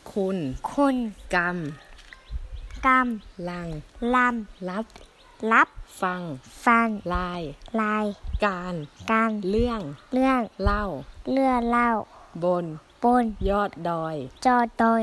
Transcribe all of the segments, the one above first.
คุณคุณกรรมกลังลรับรับฟังลายการเรื่องเล่าบนยอดดอยจอดอย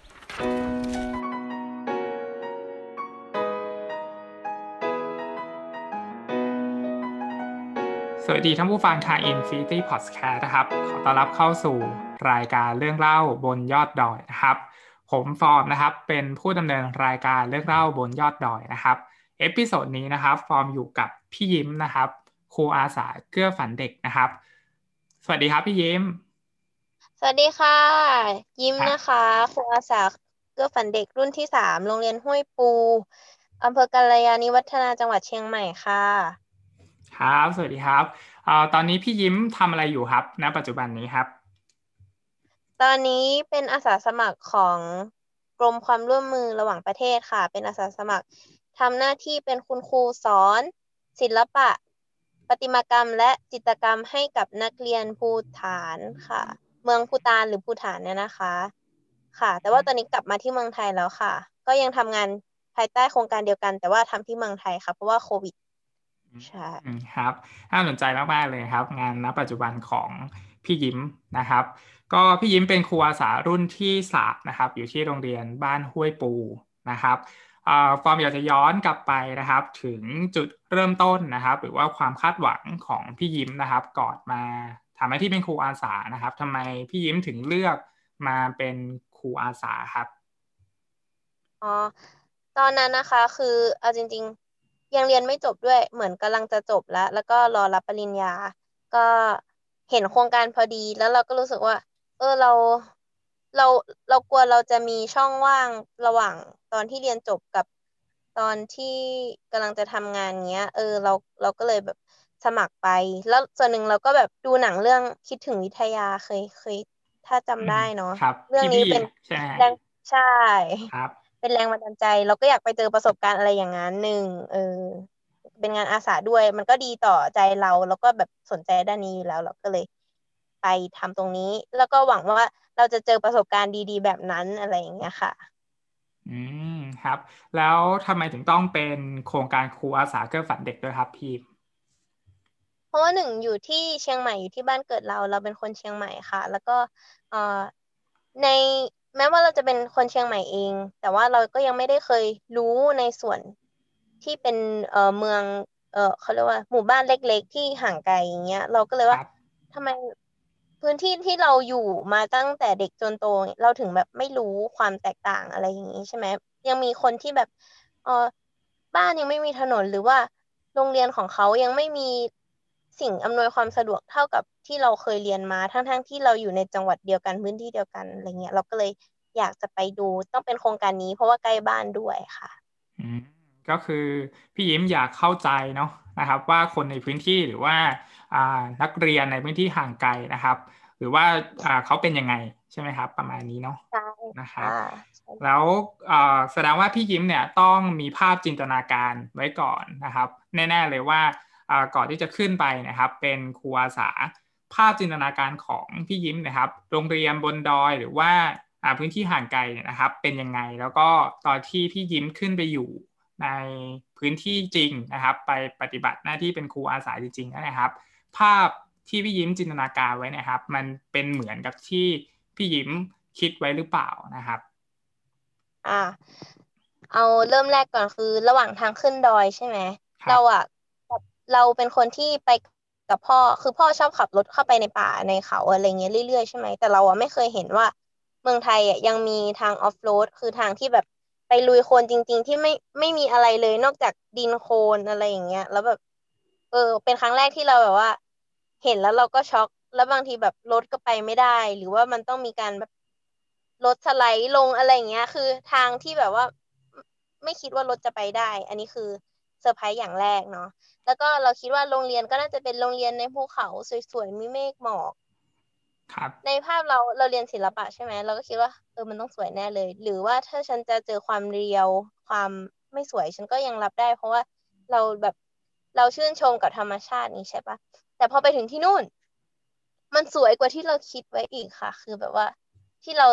สวัสดีท่านผู้ฟังทาง Infinity Podcast นะครับขอต้อนรับเข้าสู่รายการเรื่องเล่าบนยอดดอยนะครับผมฟอร์มนะครับเป็นผู้ดำเนินรายการเรื่องเล่าบนยอดดอยนะครับเอพิโซดนี้นะครับฟอร์มอยู่กับพี่ยิ้มนะครับครูอาสาเกื้อฝันเด็กนะครับสวัสดีครับพี่ยิ้มสวัสดีค่ะยิ้มครับนะคะครูอาสาเกื้อฝันเด็กรุ่นที่3โรงเรียนห้วยปูอำเภอกัลยาณิวัฒนาจังหวัดเชียงใหม่ค่ะครับสวัสดีครับตอนนี้พี่ยิ้มทำอะไรอยู่ครับณปัจจุบันนี้ครับตอนนี้เป็นอาสาสมัครของกรมความร่วมมือระหว่างประเทศค่ะเป็นอาสาสมัครทำหน้าที่เป็นคุณครูสอนศิลปะประติมากรรมและจิตรกรรมให้กับนักเรียนภูฏานค่ะเมืองภูฏานหรือภูฏานเนี่ยนะคะค่ะแต่ว่าตอนนี้กลับมาที่เมืองไทยแล้วค่ะก็ยังทำงานภายใต้โครงการเดียวกันแต่ว่าทำที่เมืองไทยค่ะเพราะว่าโควิดใช่ครับน่าสนใจมากๆเลยครับงานณปัจจุบันของพี่ยิ้มนะครับก็พี่ยิ้มเป็นครูอาสารุ่นที่3นะครับอยู่ที่โรงเรียนบ้านห้วยปูนะครับฟอร์มอยากจะย้อนกลับไปนะครับถึงจุดเริ่มต้นนะครับหรือว่าความคาดหวังของพี่ยิ้มนะครับก่อนมาทำหน้าที่เป็นครูอาสานะครับทำไมพี่ยิ้มถึงเลือกมาเป็นครูอาสาครับอ๋อตอนนั้นนะคะคือเอาจริงๆยังเรียนไม่จบด้วยเหมือนกำลังจะจบแล้วก็รอรับปริญญาก็เห็นโครงการพอดีแล้วเราก็รู้สึกว่าเราเรากลัวเราจะมีช่องว่างระหว่างตอนที่เรียนจบกับตอนที่กำลังจะทำงานเงี้ยเราก็เลยแบบสมัครไปแล้วส่วนหนึ่งเราก็แบบดูหนังเรื่องคิดถึงวิทยาเคยถ้าจำได้เนาะครับเรื่องพี่บี้นี้เป็นใช่ไหมแรงใช่ครับเป็นแรงบันดาลใจเราก็อยากไปเจอประสบการณ์อะไรอย่างนั้นหนึ่งเป็นงานอาสาด้วยมันก็ดีต่อใจเราแล้วก็แบบสนใจด้านนี้อยู่แล้วเราก็เลยไปทำตรงนี้แล้วก็หวังว่าเราจะเจอประสบการณ์ดีๆแบบนั้นอะไรอย่างเงี้ยค่ะอืมครับแล้วทำไมถึงต้องเป็นโครงการครูอาสาเกื้อฝันเด็กด้วยครับพี่เพราะว่าหนึ่งอยู่ที่เชียงใหม่อยู่ที่บ้านเกิดเราเป็นคนเชียงใหม่ค่ะแล้วก็เอ่อในแม้ว่าเราจะเป็นคนเชียงใหม่เองแต่ว่าเราก็ยังไม่ได้เคยรู้ในส่วนที่เป็นเมืองเขาเรียกว่าหมู่บ้านเล็กๆที่ห่างไกลอย่างเงี้ยเราก็เลยว่าครับทำไมพื้นที่ที่เราอยู่มาตั้งแต่เด็กจนโตเราถึงแบบไม่รู้ความแตกต่างอะไรอย่างนี้ใช่ไหมยังมีคนที่แบบเออบ้านยังไม่มีถนนหรือว่าโรงเรียนของเขายังไม่มีสิ่งอำนวยความสะดวกเท่ากับที่เราเคยเรียนมาทั้งที่เราอยู่ในจังหวัดเดียวกันพื้นที่เดียวกันอะไรเงี้ยเราก็เลยอยากจะไปดูต้องเป็นโครงการนี้เพราะว่าใกล้บ้านด้วยค่ะอืมก็คือพี่ยิ้มอยากเข้าใจเนาะนะครับว่าคนในพื้นที่หรือว่าอ่านักเรียนในพื้นที่ห่างไกลนะครับหรือว่าเขาเป็นยังไงใช่ไหมครับประมาณนี้เนาะใช่นะครับค่ะแล้วแสดงว่าพี่ยิ้มเนี่ยต้องมีภาพจินตนาการไว้ก่อนนะครับแน่ๆเลยว่าก่อนที่จะขึ้นไปนะครับเป็นครูอาสาภาพจินตนาการของพี่ยิ้มนะครับโรงเรียนบนดอยหรือว่าพื้นที่ห่างไกลเนี่ยนะครับเป็นยังไงแล้วก็ตอนที่พี่ยิ้มขึ้นไปอยู่ในพื้นที่จริงนะครับไปปฏิบัติหน้าที่เป็นครูอาสาจริงๆนะครับภาพที่พี่ยิ้มจินตนาการไว้นะครับมันเป็นเหมือนกับที่พี่ยิ้มคิดไว้หรือเปล่านะครับอ่าเอาเริ่มแรกก่อนคือระหว่างทางขึ้นดอยใช่ไหมครับแบบเราเป็นคนที่ไปกับพ่อคือพ่อชอบขับรถเข้าไปในป่าในเขาอะไรเงี้ยเรื่อยๆใช่ไหมแต่เราไม่เคยเห็นว่าเมืองไทยยังมีทางออฟโรดคือทางที่แบบไปลุยโคลนจริงๆที่ไม่มีอะไรเลยนอกจากดินโคลนอะไรอย่างเงี้ยแล้วแบบเป็นครั้งแรกที่เราแบบว่าเห็นแล้วเราก็ช็อกแล้วบางทีแบบรถก็ไปไม่ได้หรือว่ามันต้องมีการแบบรถสไลด์ลงอะไรอย่างเงี้ยคือทางที่แบบว่าไม่คิดว่ารถจะไปได้อันนี้คือเซอร์ไพรส์อย่างแรกเนาะแล้วก็เราคิดว่าโรงเรียนก็น่าจะเป็นโรงเรียนในภูเขาสวยๆมีเมฆหมอกครับในภาพเราเรียนศิลปะใช่ไหมเราก็คิดว่ามันต้องสวยแน่เลยหรือว่าถ้าฉันจะเจอความเรียวความไม่สวยฉันก็ยังรับได้เพราะว่าเราแบบเราชื่นชมกับธรรมชาตินี้ใช่ปะแต่พอไปถึงที่นู่นมันสวยกว่าที่เราคิดไว้อีกค่ะคือแบบว่าที่เรา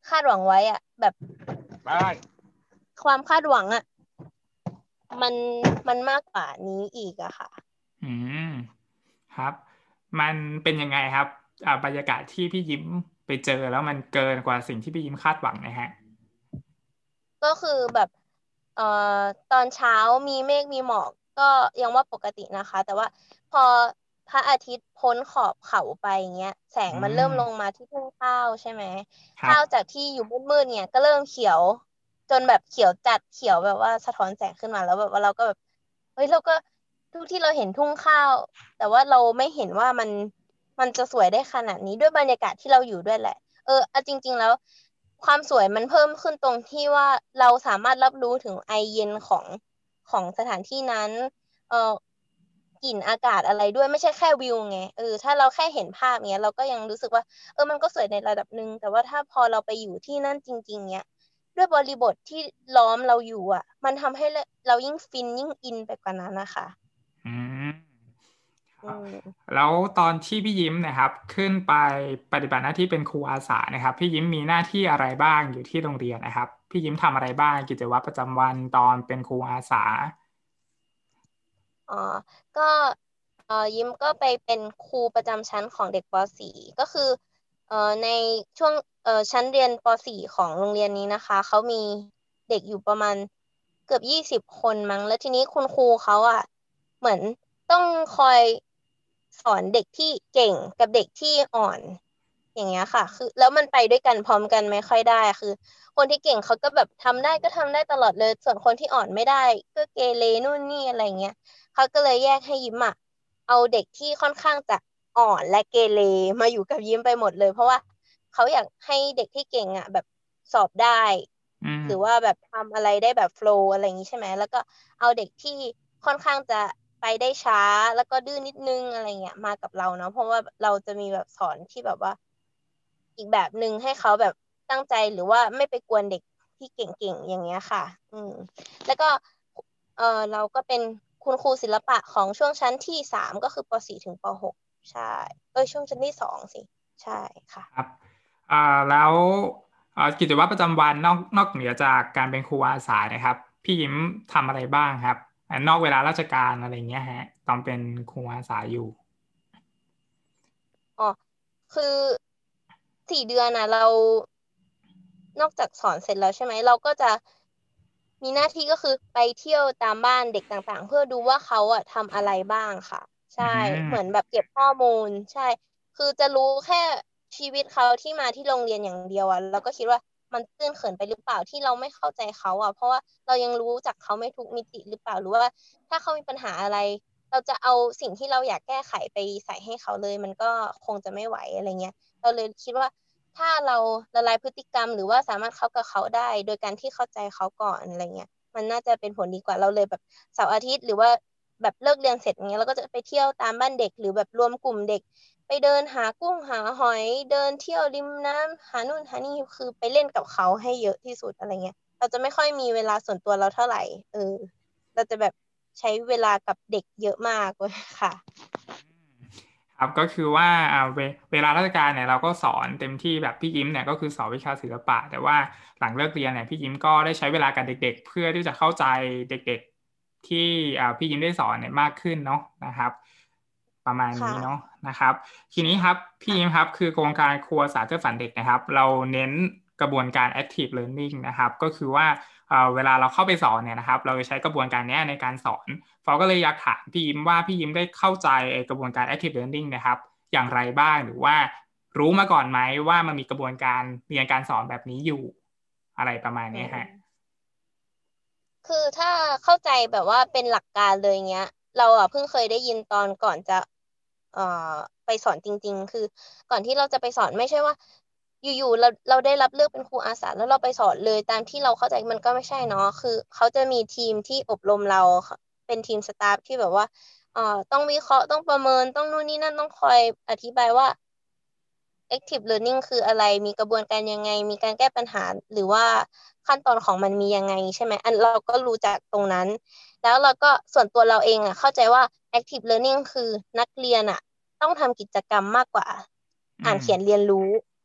คาดหวังไว้อะแบบความคาดหวังอะมันมันมากกว่านี้อีกอะค่ะอืมครับมันเป็นยังไงครับบรรยากาศที่พี่ยิ้มไปเจอแล้วมันเกินกว่าสิ่งที่พี่ยิ้มคาดหวังนะฮะก็คือแบบเอ่อตอนเช้ามีเมฆมีหมอกก็ยังว่าปกตินะคะแต่ว่าพอพระอาทิตย์พ้นขอบเขาไปอย่างเงี้ยแสงอืมันเริ่มลงมมาที่ทุ่งข้าวใช่ไหมครับข้าวจากที่อยู่มืดๆเนี่ยก็เริ่มเขียวจนแบบเขียวจัดเขียวแบบว่าสะท้อนแสงขึ้นมาแล้วแบบว่าเราก็แบบเฮ้ยเราก็ทุกที่เราเห็นทุ่งข้าวแต่ว่าเราไม่เห็นว่ามันจะสวยได้ขนาดนี้ด้วยบรรยากาศที่เราอยู่ด้วยแหละเอาจริงๆแล้วความสวยมันเพิ่มขึ้นตรงที่ว่าเราสามารถรับรู้ถึงไอเย็นของสถานที่นั้นเออกลิ่นอากาศอะไรด้วยไม่ใช่แค่วิวไงถ้าเราแค่เห็นภาพเนี้ยเราก็ยังรู้สึกว่ามันก็สวยในระดับหนึ่งแต่ว่าถ้าพอเราไปอยู่ที่นั่นจริงๆเนี้ยด้วยบริบทที่ล้อมเราอยู่อ่ะมันทำให้เรายิ่งฟินยิ่งอินไปกว่านั้นนะคะอืมคอืรับมแล้วตอนที่พี่ยิ้มนะครับขึ้นไปปฏิบัติหน้าที่เป็นครูอาสานะครับพี่ยิ้มมีหน้าที่อะไรบ้างอยู่ที่โรงเรียนนะครับพี่ยิ้มทำอะไรบ้างกิจวัตรประจำวันตอนเป็นครูอาสาอ๋อก็ยิ้มก็ไปเป็นครูประจำชั้นของเด็กป .4 ก็คือในช่วงชั้นเรียนป .4 ของโรงเรียนนี้นะคะเขามีเด็กอยู่ประมาณเกือบ20 คนมั้งแล้วทีนี้คุณครูเขาอ่ะเหมือนต้องคอยสอนเด็กที่เก่งกับเด็กที่อ่อนอย่างเงี้ยค่ะคือแล้วมันไปด้วยกันพร้อมกันไม่ค่อยได้คือคนที่เก่งเขาก็แบบทำได้ก็ทำได้ตลอดเลยส่วนคนที่อ่อนไม่ได้ก็เกเรนู่นนี่อะไรเงี้ย เขาก็เลยแยกให้ยิ้มอ่ะเอาเด็กที่ค่อนข้างจะอ่อนและเกเรมาอยู่กับยิ้มไปหมดเลยเพราะว่าเขาอยากให้เด็กที่เก่งอ่ะแบบสอบได้อืมหรือว่าแบบทำอะไรได้แบบโฟลว์อะไรอย่างนี้ใช่ไหมแล้วก็เอาเด็กที่ค่อนข้างจะไปได้ช้าแล้วก็ดื้อนิดนึงอะไรเงี้ยมากับเราเนาะเพราะว่าเราจะมีแบบสอนที่แบบว่าอีกแบบหนึ่งให้เขาแบบตั้งใจหรือว่าไม่ไปกวนเด็กที่เก่งๆอย่างเงี้ยค่ะแล้วก็เราก็เป็นคุณครูศิลปะของช่วงชั้นที่3ก็คือป .4 ถึงป .6 ใช่ช่วงชั้นที่2สิใช่ค่ะครับอ่าแล้วกิจวัตรประจำวันนอกเหนือจากการเป็นครูอาสานะครับพี่ยิ้มทำอะไรบ้างครับนอกเวลาราชการอะไรเงี้ยฮะตอนเป็นครูอาสาอยู่อ๋อคือ4 เดือนนะเรานอกจากสอนเสร็จแล้วใช่ไหมเราก็จะมีหน้าที่ก็คือไปเที่ยวตามบ้านเด็กต่างๆเพื่อดูว่าเขาอะทำอะไรบ้างค่ะอืใช่เหมือนแบมบเก็บข้อมูลใช่คือจะรู้แค่ชีวิตเขาที่มาที่โรงเรียนอย่างเดียวอะเราก็คิดว่ามันตื้นเขินไปหรือเปล่าที่เราไม่เข้าใจเขาอะเพราะว่าเรายังรู้จักเขาไม่ทุกมิติหรือเปล่าหรือว่าถ้าเขามีปัญหาอะไรเราจะเอาสิ่งที่เราอยากแก้ไขไปใส่ให้เขาเลยมันก็คงจะไม่ไหวอะไรเงี้ย เราเลยคิดว่าถ้าเราละลายพฤติกรรมหรือว่าสามารถเข้ากับเขาได้โดยการที่เข้าใจเขาก่อนอะไรเงี้ยมันน่าจะเป็นผลดีกว่าเราเลยแบบเสาร์อาทิตย์หรือว่าแบบเลิกเรียนเสร็จอย่างเงี้ยเราก็จะไปเที่ยวตามบ้านเด็กหรือแบบรวมกลุ่มเด็กไปเดินหากุ้งหาหอยเดินเที่ยวริมน้ำหานู่นหานี่คือไปเล่นกับเขาให้เยอะที่สุดอะไรเงี้ยเราจะไม่ค่อยมีเวลาส่วนตัวเราเท่าไหร่เราจะแบบใช้เวลากับเด็กเยอะมากเลยค่ะครับก็คือว่าเวลาราชการเนี่ยเราก็สอนเต็มที่แบบพี่ยิ้มเนี่ยก็คือสอนวิชาศิลปะแต่ว่าหลังเลิกเรียนเนี่ยพี่ยิ้มก็ได้ใช้เวลากับเด็กๆเพื่อที่จะเข้าใจเด็กๆที่พี่ยิ้มได้สอนเนี่ยมากขึ้นเนาะนะครับประมาณนี้ค่ะเนาะนะครับทีนี้ครับพี่ยิ้มครับคือโครงการครัวสาเพื่อฝันเด็กนะครับเราเน้นกระบวนการ active learning นะครับก็คือว่าเวลาเราเข้าไปสอนเนี่ยนะครับเราจะใช้กระบวนการนี้ในการสอนฟอก็เลยอยากถามพี่ยิ้มว่าพี่ยิ้มได้เข้าใจกระบวนการ active learning นะครับอย่างไรบ้างหรือว่ารู้มาก่อนไหมว่ามันมีกระบวนการเรียนการสอนแบบนี้อยู่อะไรประมาณอืนี้ฮะม คือถ้าเข้าใจแบบว่าเป็นหลักการเลยเงี้ยเราอ่ะเพิ่งเคยได้ยินตอนก่อนจะเอ่อไปสอนจริงๆคือก่อนที่เราจะไปสอนไม่ใช่ว่าอยู่ๆเราได้รับเลือกเป็นครูอาสาแล้วเราไปสอนเลยตามที่เราเข้าใจมันก็ไม่ใช่เนาะคือเขาจะมีทีมที่อบรมเราค่ะเป็นทีมสตาฟที่แบบว่าเอ่อต้องวิเคราะห์ต้องประเมินต้องนู่นนี่นั่นต้องคอยอธิบายว่า active learning คืออะไร มีกระบวนการยังไง มีการแก้ปัญหา หรือว่าขั้นตอนของมันมียังไงใช่ไหมอันเราก็รู้จักตรงนั้น แล้วเราก็ส่วนตัวเราเองอ่ะเข้าใจว่า active learning คือนักเรียนอ่ะต้องทำกิจกรรมมากกว่าอืมอ่านเขียนเรียนรู้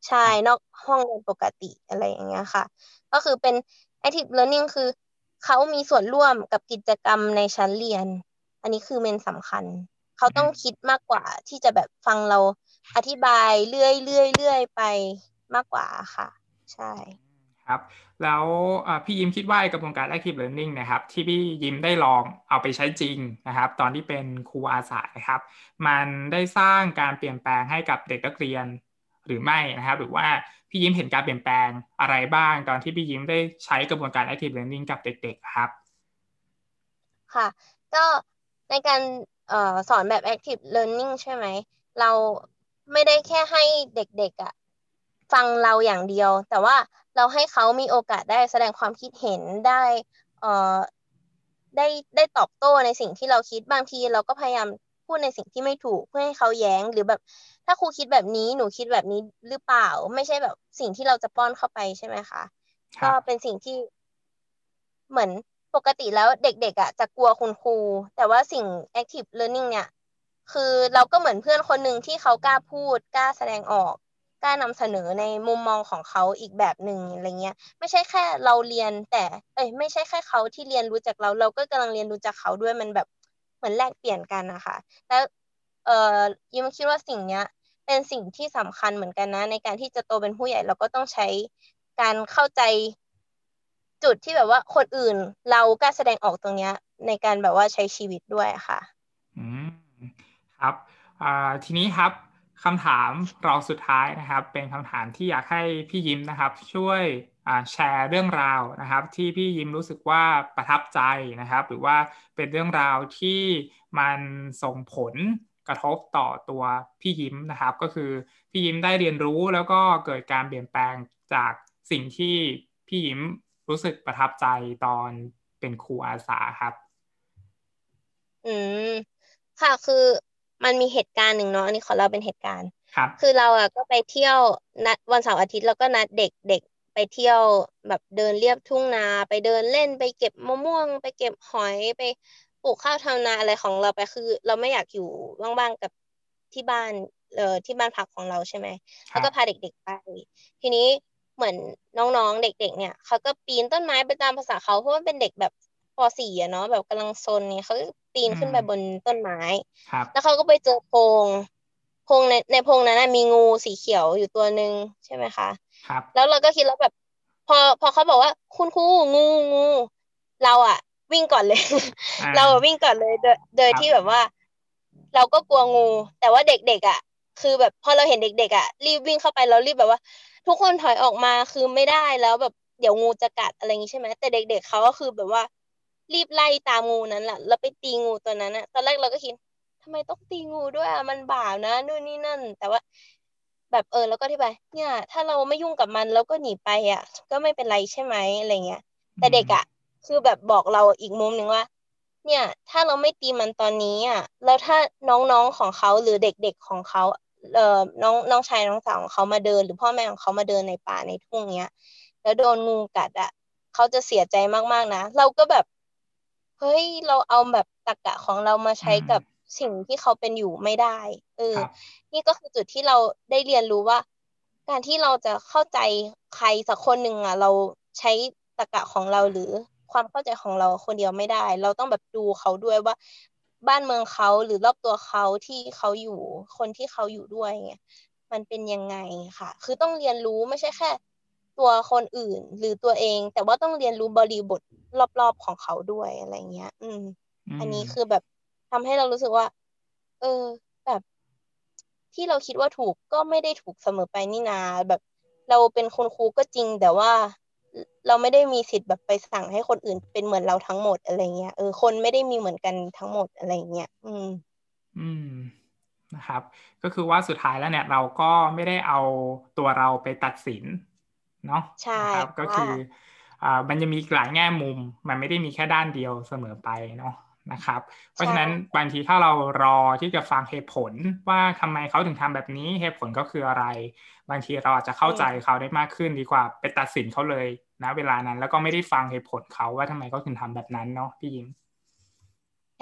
ใช่นอกห้องเรียนปกติอะไรอย่างเงี้ยค่ะก็คือเป็น active learning คือเขามีส่วนร่วมกับกิจกรรมในชั้นเรียนอันนี้คือเมนสำคัญเขาต้องคิดมากกว่าที่จะแบบฟังเราอธิบายเรื่อยไปมากกว่าค่ะใช่ครับแล้วพี่ยิ้มคิดว่ากระบวนการ active learning นะครับที่พี่ยิ้มได้ลองเอาไปใช้จริงนะครับตอนที่เป็นครูอาสาครับมันได้สร้างการเปลี่ยนแปลงให้กับเด็กนักเรียนหรือไม่นะครับหรือว่าพี่ยิ้มเห็นการเปลี่ยนแปลงอะไรบ้างตอนที่พี่ยิ้มได้ใช้กระบวนการ active learning กับเด็กๆครับค่ะก็ในการสอนแบบ active learning ใช่ไหมเราไม่ได้แค่ให้เด็กๆฟังเราอย่างเดียวแต่ว่าเราให้เขามีโอกาสได้แสดงความคิดเห็นได้เอ่อได้ได้ตอบโต้ในสิ่งที่เราคิดบางทีเราก็พยายามพูดในสิ่งที่ไม่ถูกเพื่อให้เขาแย้งหรือแบบถ้าครูคิดแบบนี้หนูคิดแบบนี้หรือเปล่าไม่ใช่แบบสิ่งที่เราจะป้อนเข้าไปใช่ไหมคะก็เป็นสิ่งที่เหมือนปกติแล้วเด็กๆจะกลัวคุณครูแต่ว่าสิ่ง active learning เนี่ยคือเราก็เหมือนเพื่อนคนหนึ่งที่เขากล้าพูดกล้าแสดงออกกล้านำเสนอในมุมมองของเขาอีกแบบหนึ่งอะไรเงี้ยไม่ใช่แค่เราเรียนแต่ไม่ใช่แค่เขาที่เรียนรู้จากเราก็กำลังเรียนรู้จากเขาด้วยมันแบบเหมือนแลกเปลี่ยนกันนะคะแล้วเอ่อยิมคิดว่าสิ่งเนี้ยเป็นสิ่งที่สำคัญเหมือนกันนะในการที่จะโตเป็นผู้ใหญ่เราก็ต้องใช้การเข้าใจจุดที่แบบว่าคนอื่นเรากล้าแสดงออกตรงเนี้ยในการแบบว่าใช้ชีวิตด้วยค่ะอืมครับทีนี้ครับคำถามเราสุดท้ายนะครับเป็นคำถามที่อยากให้พี่ยิ้มนะครับช่วยแชร์เรื่องราวนะครับที่พี่ยิ้มรู้สึกว่าประทับใจนะครับหรือว่าเป็นเรื่องราวที่มันส่งผลกระทบต่อตัวพี่ยิ้มนะครับก็คือพี่ยิ้มได้เรียนรู้แล้วก็เกิดการเปลี่ยนแปลงจากสิ่งที่พี่ยิ้มรู้สึกประทับใจตอนเป็นครูอาสาครับอืมค่ะคือมันมีเหตุการณ์หนึ่งเนาะอันนี้ขอเล่าเป็นเหตุการณ์ครับคือเราก็ไปเที่ยวนัดวันเสาร์อาทิตย์แล้วก็นัดเด็กไปเที่ยวแบบเดินเลียบทุ่งนาไปเดินเล่นไปเก็บมะม่วงไปเก็บหอยไปปลูกข้าวทำนาอะไรของเราไปคือเราไม่อยากอยู่ว่างๆกับที่บ้านที่บ้านพักของเราใช่ไหมแล้วก็พาครับเด็กๆไปทีนี้เหมือนน้องๆเด็กๆเนี่ยเขาก็ปีนต้นไม้ไปตามภาษาเขาเพราะว่าเป็นเด็กแบบป.4เนาะแบบกำลังซนเนี่ยเขาก็ปีนอืมขึ้นไปบนต้นไม้ครับแล้วเขาก็ไปเจอโพรงในโพรงนั้นมีงูสีเขียวอยู่ตัวหนึ่งใช่ไหมคะครับแล้วเราก็คิดแล้วแบบพอเขาบอกว่าคุณครูงูงูเราวิ่งก่อนเลยอ่าเราวิ่งก่อนเลยโดยครับที่แบบว่าเราก็กลัวงูแต่ว่าเด็กๆคือแบบพอเราเห็นเด็กๆรีบวิ่งเข้าไปเรารีบแบบว่าทุกคนถอยออกมาคือไม่ได้แล้วแบบเดี๋ยวงูจะกัดอะไรอย่างงี้ใช่ไหมแต่เด็กๆเขาก็คือแบบว่ารีบไล่ตามงูนั้นแหละแล้วไปตีงูตัวนั้นตอนแรกเราก็คิดทำไมต้องตีงูด้วยมันบาปนะนู่นนี่นั่นแต่ว่าแบบแล้วก็ที่ไปเนี่ยถ้าเราไม่ยุ่งกับมันแล้วก็หนีไปก็ไม่เป็นไรใช่ไหมอะไรเงี้ยแต่อืมเด็กคือแบบบอกเราอีกมุมหนึ่งว่าเนี่ยถ้าเราไม่ตีมันตอนนี้แล้วถ้าน้องๆของเขาหรือเด็กๆของเขาน้องชายน้องสาวของเขามาเดินหรือพ่อแม่ของเขามาเดินในป่าในทุ่งเนี้ยแล้วโดนงูกัดเขาจะเสียใจมากๆนะเราก็แบบเฮ้ยเราเอาแบบตรรกะของเรามาอืใช้มกับสิ่งที่เขาเป็นอยู่ไม่ได้ครับนี่ก็คือจุดที่เราได้เรียนรู้ว่าการที่เราจะเข้าใจใครสักคนหนึ่งเราใช้ตรรกะของเราหรือความเข้าใจของเราคนเดียวไม่ได้เราต้องแบบดูเขาด้วยว่าบ้านเมืองเขาหรือรอบตัวเขาที่เขาอยู่คนที่เขาอยู่ด้วยไงมันเป็นยังไงค่ะคือต้องเรียนรู้ไม่ใช่แค่ตัวคนอื่นหรือตัวเองแต่ว่าต้องเรียนรู้บริบทรอบๆของเขาด้วยอะไรเงี้ยอือันมนี้คือแบบทำให้เรารู้สึกว่าเออแบบที่เราคิดว่าถูกก็ไม่ได้ถูกเสมอไปนี่นาแบบเราเป็นคุณครูก็จริงแต่ว่าเราไม่ได้มีสิทธิ์แบบไปสั่งให้คนอื่นเป็นเหมือนเราทั้งหมดอะไรเงี้ยคนไม่ได้มีเหมือนกันทั้งหมดอะไรเงี้ยอืมนะครับก็คือว่าสุดท้ายแล้วเนี่ยเราก็ไม่ได้เอาตัวเราไปตัดสินเนาะใช่นะครับก็ค่ะคือมันจะมีหลายแง่มุมมันไม่ได้มีแค่ด้านเดียวเสมอไปเนาะนะครับเพราะฉะนั้นใช่บางทีถ้าเรารอที่จะฟังเหตุผลว่าทำไมเขาถึงทำแบบนี้เหตุผลก็คืออะไรบางทีเราอาจจะเข้าใจเขาได้มากขึ้นดีกว่าไปตัดสินเขาเลยนะเวลานั้นแล้วก็ไม่ได้ฟังเหตุผลเขาว่าทำไมเขาถึงทำแบบนั้นเนาะพี่ยิมใช่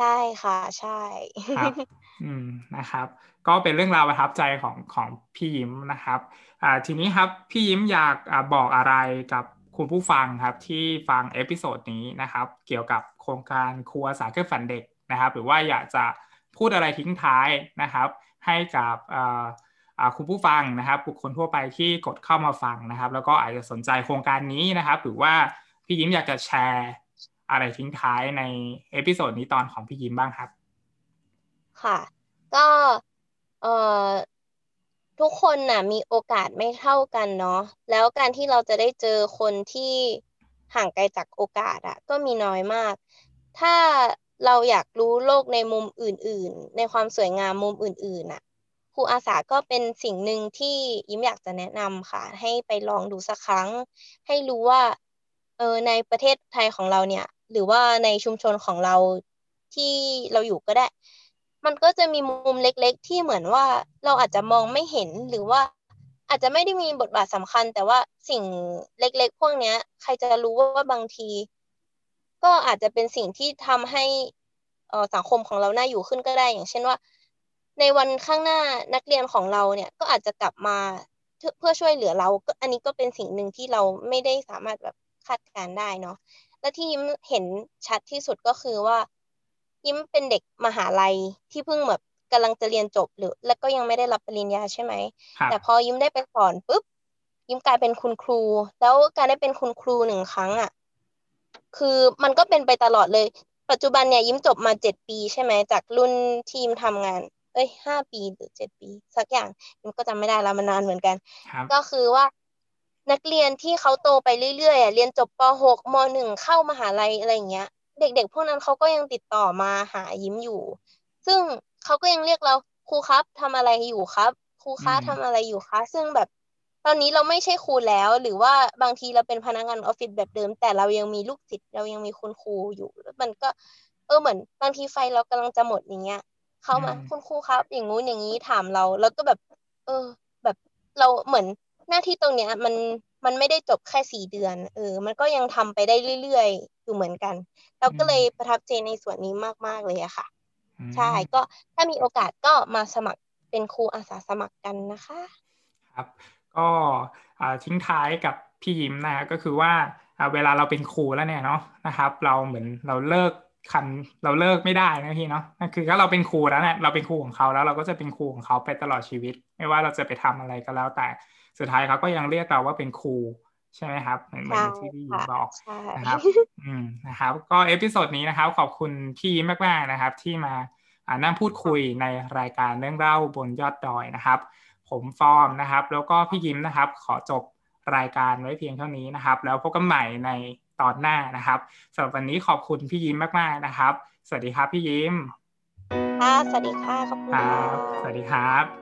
ช่ค่ะใช่ครับนะครับก็เป็นเรื่องราวประทับใจของพี่ยิ้มนะครับทีนี้ครับพี่ยิ้มอยากบอกอะไรกับคุณผู้ฟังครับที่ฟังเอพิโซดนี้นะครับเกี่ยวกับโครงการครูอาสาเพื่อฝันเด็กนะครับหรือว่าอยากจะพูดอะไรทิ้งท้ายนะครับให้กับคุณผู้ฟังนะครับบุคคลทั่วไปที่กดเข้ามาฟังนะครับแล้วก็อาจจะสนใจโครงการนี้นะครับหรือว่าพี่ยิ้มอยากจะแชร์อะไรทิ้งท้ายในเอพิโซดนี้ตอนของพี่ยิ้มบ้างครับค่ะก็เอ่อทุกคนน่ะมีโอกาสไม่เท่ากันเนาะแล้วการที่เราจะได้เจอคนที่ห่างไกลจากโอกาสอ่ะก็มีน้อยมากถ้าเราอยากรู้โลกในมุมอื่นๆในความสวยงามมุมอื่นๆน่ะครูอาสาก็เป็นสิ่งหนึ่งที่ยิ้มอยากจะแนะนำค่ะให้ไปลองดูสักครั้งให้รู้ว่าในประเทศไทยของเราเนี่ยหรือว่าในชุมชนของเราที่เราอยู่ก็ได้มันก็จะมีมุมเล็กๆที่เหมือนว่าเราอาจจะมองไม่เห็นหรือว่าอาจจะไม่ได้มีบทบาทสำคัญแต่ว่าสิ่งเล็กๆพวกเนี้ยใครจะรู้ว่าบางทีก็อาจจะเป็นสิ่งที่ทำให้สังคมของเราน่าอยู่ขึ้นก็ได้อย่างเช่นว่าในวันข้างหน้านักเรียนของเราเนี่ยก็อาจจะกลับมาเพื่อช่วยเหลือเราก็อันนี้ก็เป็นสิ่งหนึ่งที่เราไม่ได้สามารถแบบคาดการณ์ได้เนาะและที่ยิ้มเห็นชัดที่สุดก็คือว่ายิ้มเป็นเด็กมหาลัยที่เพิ่งแบบกำลังจะเรียนจบหรือแล้วก็ยังไม่ได้รับปริญญาใช่ไหมแต่พอยิ้มได้ไปสอนปุ๊บยิ้มกลายเป็นคุณครูแล้วการได้เป็นคุณครู1 ครั้งอ่ะคือมันก็เป็นไปตลอดเลยปัจจุบันเนี่ยยิ้มจบมา7 ปีใช่ไหมจากรุ่นทีมทำงาน5 ปีหรือ7 ปีสักอย่างยิ้มก็จำไม่ได้แล้วมันนานเหมือนกันก็คือว่านักเรียนที่เขาโตไปเรื่อยๆเรียนจบป.6 ม.1เข้ามหาลัยอะไรอย่างเงี้ยเด็กๆพวกนั้นเขาก็ยังติดต่อมาหายิ้มอยู่ซึ่งเขาก็ยังเรียกเราครูครับทำอะไรอยู่ครับครูคะทำอะไรอยู่คะซึ่งแบบตอนนี้เราไม่ใช่ครูแล้วหรือว่าบางทีเราเป็นพนักงานออฟฟิศแบบเดิมแต่เรายังมีลูกศิษย์เรายังมีคุณครูอยู่แล้วมันก็เหมือนบางทีไฟเรากำลังจะหมดอย่างเงี้ยเขามาคุณครูครับอย่างงู้นอย่างนี้ถามเราแล้วก็แบบแบบเราเหมือนหน้าที่ตรงเนี้ยมันไม่ได้จบแค่4 เดือนมันก็ยังทำไปได้เรื่อยๆอยู่เหมือนกันเราก็เลยประทับใจในส่วนนี้มากๆเลยอะค่ะใช่ก็ถ้ามีโอกาสก็มาสมัครเป็นครูอาสาสมัครกันนะคะครับก็ทิ้งท้ายกับพี่ยิ้มนะก็คือว่าเวลาเราเป็นครูแล้วเนี่ยเนาะนะครับเราเหมือนเราเลิกไม่ได้นะพี่เนาะนั่นคือถ้าเราเป็นครูแล้วเนี่ยเราเป็นครูของเขาแล้วเราก็จะเป็นครูของเขาไปตลอดชีวิตไม่ว่าเราจะไปทำอะไรก็แล้วแต่สุดท้ายเขาก็ยังเรียกเราว่าเป็นครูใช่ไหมครับเหมือนที่พี่ยิ้มบอกนะครับนะครับก็เอพิโซดนี้นะครับขอบคุณพี่ยิ้มมากๆนะครับที่มานั่งพูดคุยในรายการเรื่องเล่าบนยอดดอยนะครับผมฟอร์มนะครับแล้วก็พี่ยิ้มนะครับขอจบรายการไว้เพียงเท่านี้นะครับแล้วพบกันใหม่ในตอนหน้านะครับสำหรับวันนี้ขอบคุณพี่ยิ้มมากๆนะครับสวัสดีครับพี่ยิ้มค่ะสวัสดีค่ะขอบคุณครัค่บสวัสะดีครับ